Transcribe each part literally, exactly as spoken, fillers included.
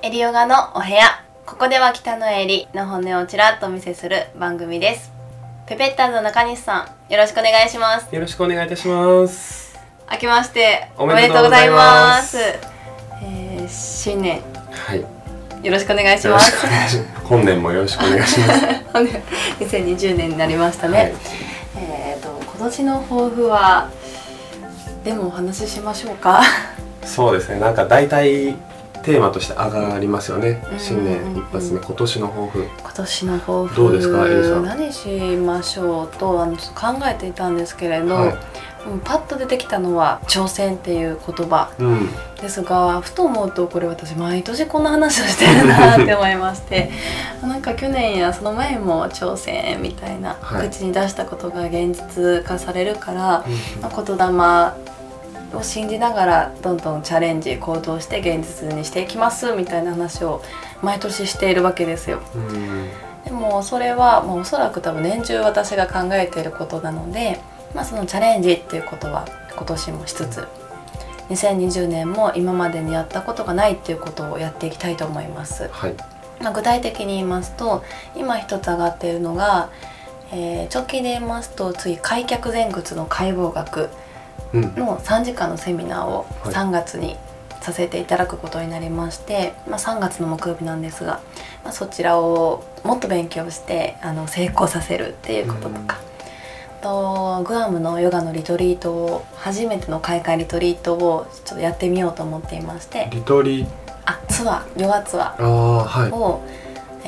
エリヨガのお部屋。ここでは北のエリの本音をちらっとお見せする番組です。ペペッターズの中西さん、よろしくお願いします。 よろしくお願いいたします。 明けましておめでとうございます。 えー、新年、 はい、 よろしくお願いします。 よろしくお願いします。本年もよろしくお願いします本年にせんにじゅうねんになりましたね、はい、えーと今年の抱負はでもお話ししましょうか。 そうですね、なんか大体テーマとして上がりますよね、うん、新年一発目、今年の抱負。 今年の抱負どうですか、エリさん。 何しましょうとあのちょっと考えていたんですけれど、はい、パッと出てきたのは挑戦っていう言葉、うん、ですが、ふと思うとこれ私毎年こんな話をしてるなって思いましてなんか去年やその前も挑戦みたいな、はい、口に出したことが現実化されるから、うんまあ、言霊を信じながらどんどんチャレンジ行動して現実にしていきますみたいな話を毎年しているわけですよ。うん、でもそれはもうおそらく多分年中私が考えていることなので、まあ、そのチャレンジっていうことは今年もしつつにせんにじゅうねんも今までにやったことがないっていうことをやっていきたいと思います。はい、まあ、具体的に言いますと今一つ上がっているのが、えー、直近で言いますと次開脚前屈の解剖学のさんじかんのセミナーをさんがつにさせていただくことになりまして、はい、まあ、さんがつの木曜日なんですが、まあ、そちらをもっと勉強してあの成功させるっていうこととか、うん、とグアムのヨガのリトリートを初めての海外リトリートをちょっとやってみようと思っていまして、 リトリあツアーヨガツアーを、はい、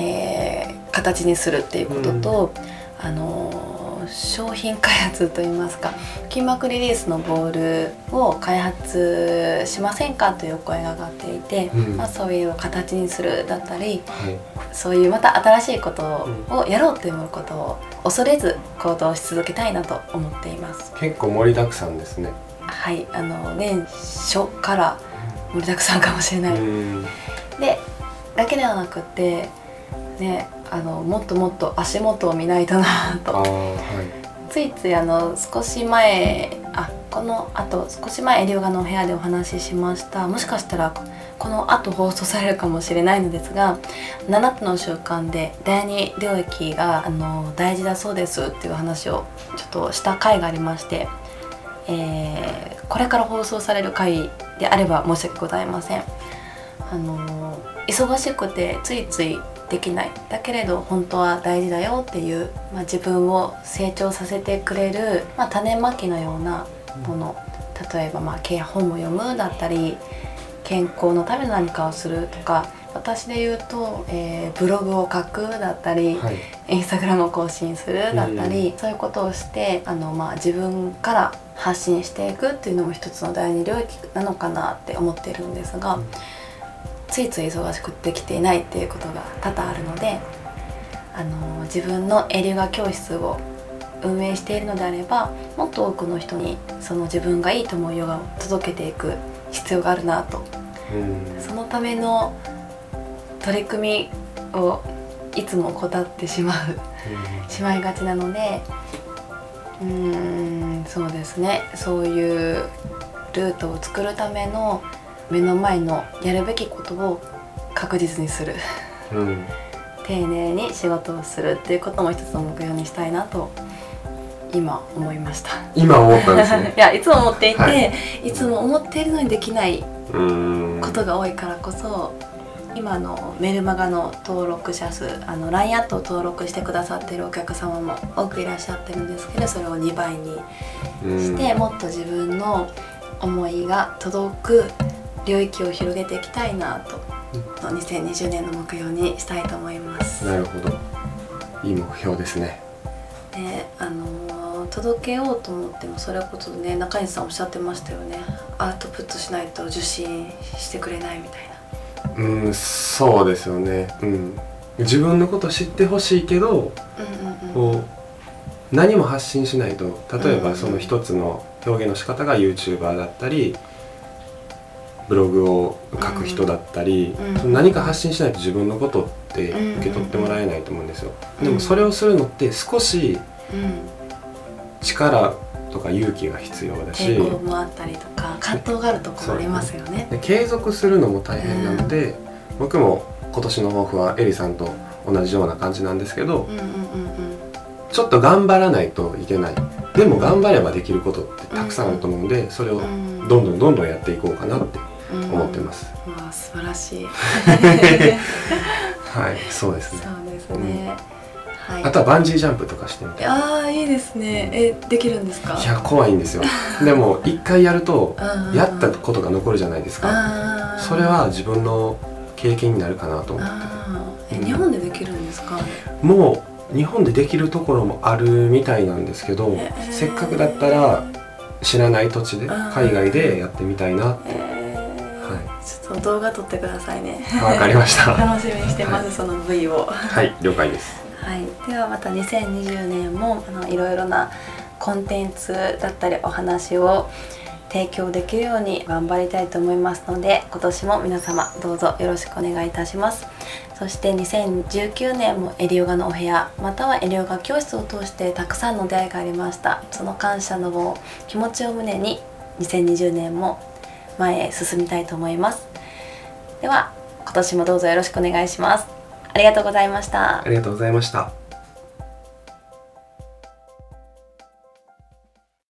えー、形にするっていうことと、うん、あの商品開発といいますか筋膜リリースのボールを開発しませんかというお声が上がっていて、うんまあ、そういう形にするだったり、はい、そういうまた新しいことをやろうということを恐れず行動し続けたいなと思っています。 結構盛りだくさんですね。 はい、あの年初から盛りだくさんかもしれない、うん、でだけではなくてね、あのもっともっと足元を見ないとなと、はい、ついついあの少し前あこのあと少し前エリヨガのお部屋でお話ししましたもしかしたらこの後放送されるかもしれないのですがななつの習慣でだいに領域があの大事だそうですっていう話をちょっとした回がありまして、えー、これから放送される回であれば申し訳ございません。あの忙しくてついついできないだけれど本当は大事だよっていう、まあ、自分を成長させてくれる、まあ、種まきのようなもの、例えば、まあ、本を読むだったり健康のための何かをするとか、私で言うと、えー、ブログを書くだったり、はい、インスタグラムを更新するだったり、うん、そういうことをしてあの、まあ、自分から発信していくっていうのも一つの第二領域なのかなって思っているんですが、うん、ついつい忙しくできていないっていうことが多々あるので、あの自分のエリヨガ教室を運営しているのであればもっと多くの人にその自分がいいと思うヨガを届けていく必要があるなと、うん、そのための取り組みをいつも怠ってしまう、うん、しまいがちなので、うーんそうですね、そういうルートを作るための目の前のやるべきことを確実にする、うん、丁寧に仕事をするっていうことも一つの目標にしたいなと今思いました。 今思ったんですね。 いやいつも思っていて、はい、いつも思っているのにできないことが多いからこそ、今のメルマガの登録者数、あの ライン アットを登録してくださっているお客様も多くいらっしゃってるんですけど、それをにばいにしてもっと自分の思いが届く領域を広げていきたいなと、にせんにじゅうねんの目標にしたいと思います。 なるほど、いい目標ですね。 で、あのー、届けようと思ってもそれこそね、中西さんおっしゃってましたよね、アウトプットしないと受信してくれないみたいな。 うん、そうですよね、うん、自分のこと知ってほしいけど、うんうんうん、こう何も発信しないと、例えばその一つの表現の仕方が YouTuber だったりブログを書く人だったり、うん、何か発信しないと自分のことって受け取ってもらえないと思うんですよ、うん、でもそれをするのって少し力とか勇気が必要だし、 抵抗もあったりとか葛藤があるところもありますよね。 で継続するのも大変なので、 僕も今年の抱負はエリさんと同じような感じなんですけど、 うんうんうんうん、 ちょっと頑張らないといけない。でも頑張ればできることってたくさんあると思うんで、それをどんどんどんどんやっていこうかなって思ってます。 うんうん、わあ素晴らしいはい、そうですね。 そうですね、うん、はい、 あとはバンジージャンプとかしてみたい。 ああいいですね。えできるんですか？ いや怖いんですよでも一回やるとやったことが残るじゃないですか。それは自分の経験になるかなと思って。 え日本でできるんですか？ もう日本でできるところもあるみたいなんですけど、えー、せっかくだったら知らない土地で海外でやってみたいなって、えー、はい、ちょっと動画撮ってくださいね。 わかりました楽しみにしてます、はい、その ブイ をはい了解です。 はい、ではまたにせんにじゅうねんもあのいろいろなコンテンツだったりお話を提供できるように頑張りたいと思いますので、今年も皆様どうぞよろしくお願いいたします。そしてにせんじゅうきゅうねんもエリヨガのお部屋またはエリヨガ教室を通してたくさんの出会いがありました。その感謝の気持ちを胸ににせんにじゅうねんも前へ進みたいと思います。では今年もどうぞよろしくお願いします。ありがとうございました。 ありがとうございました。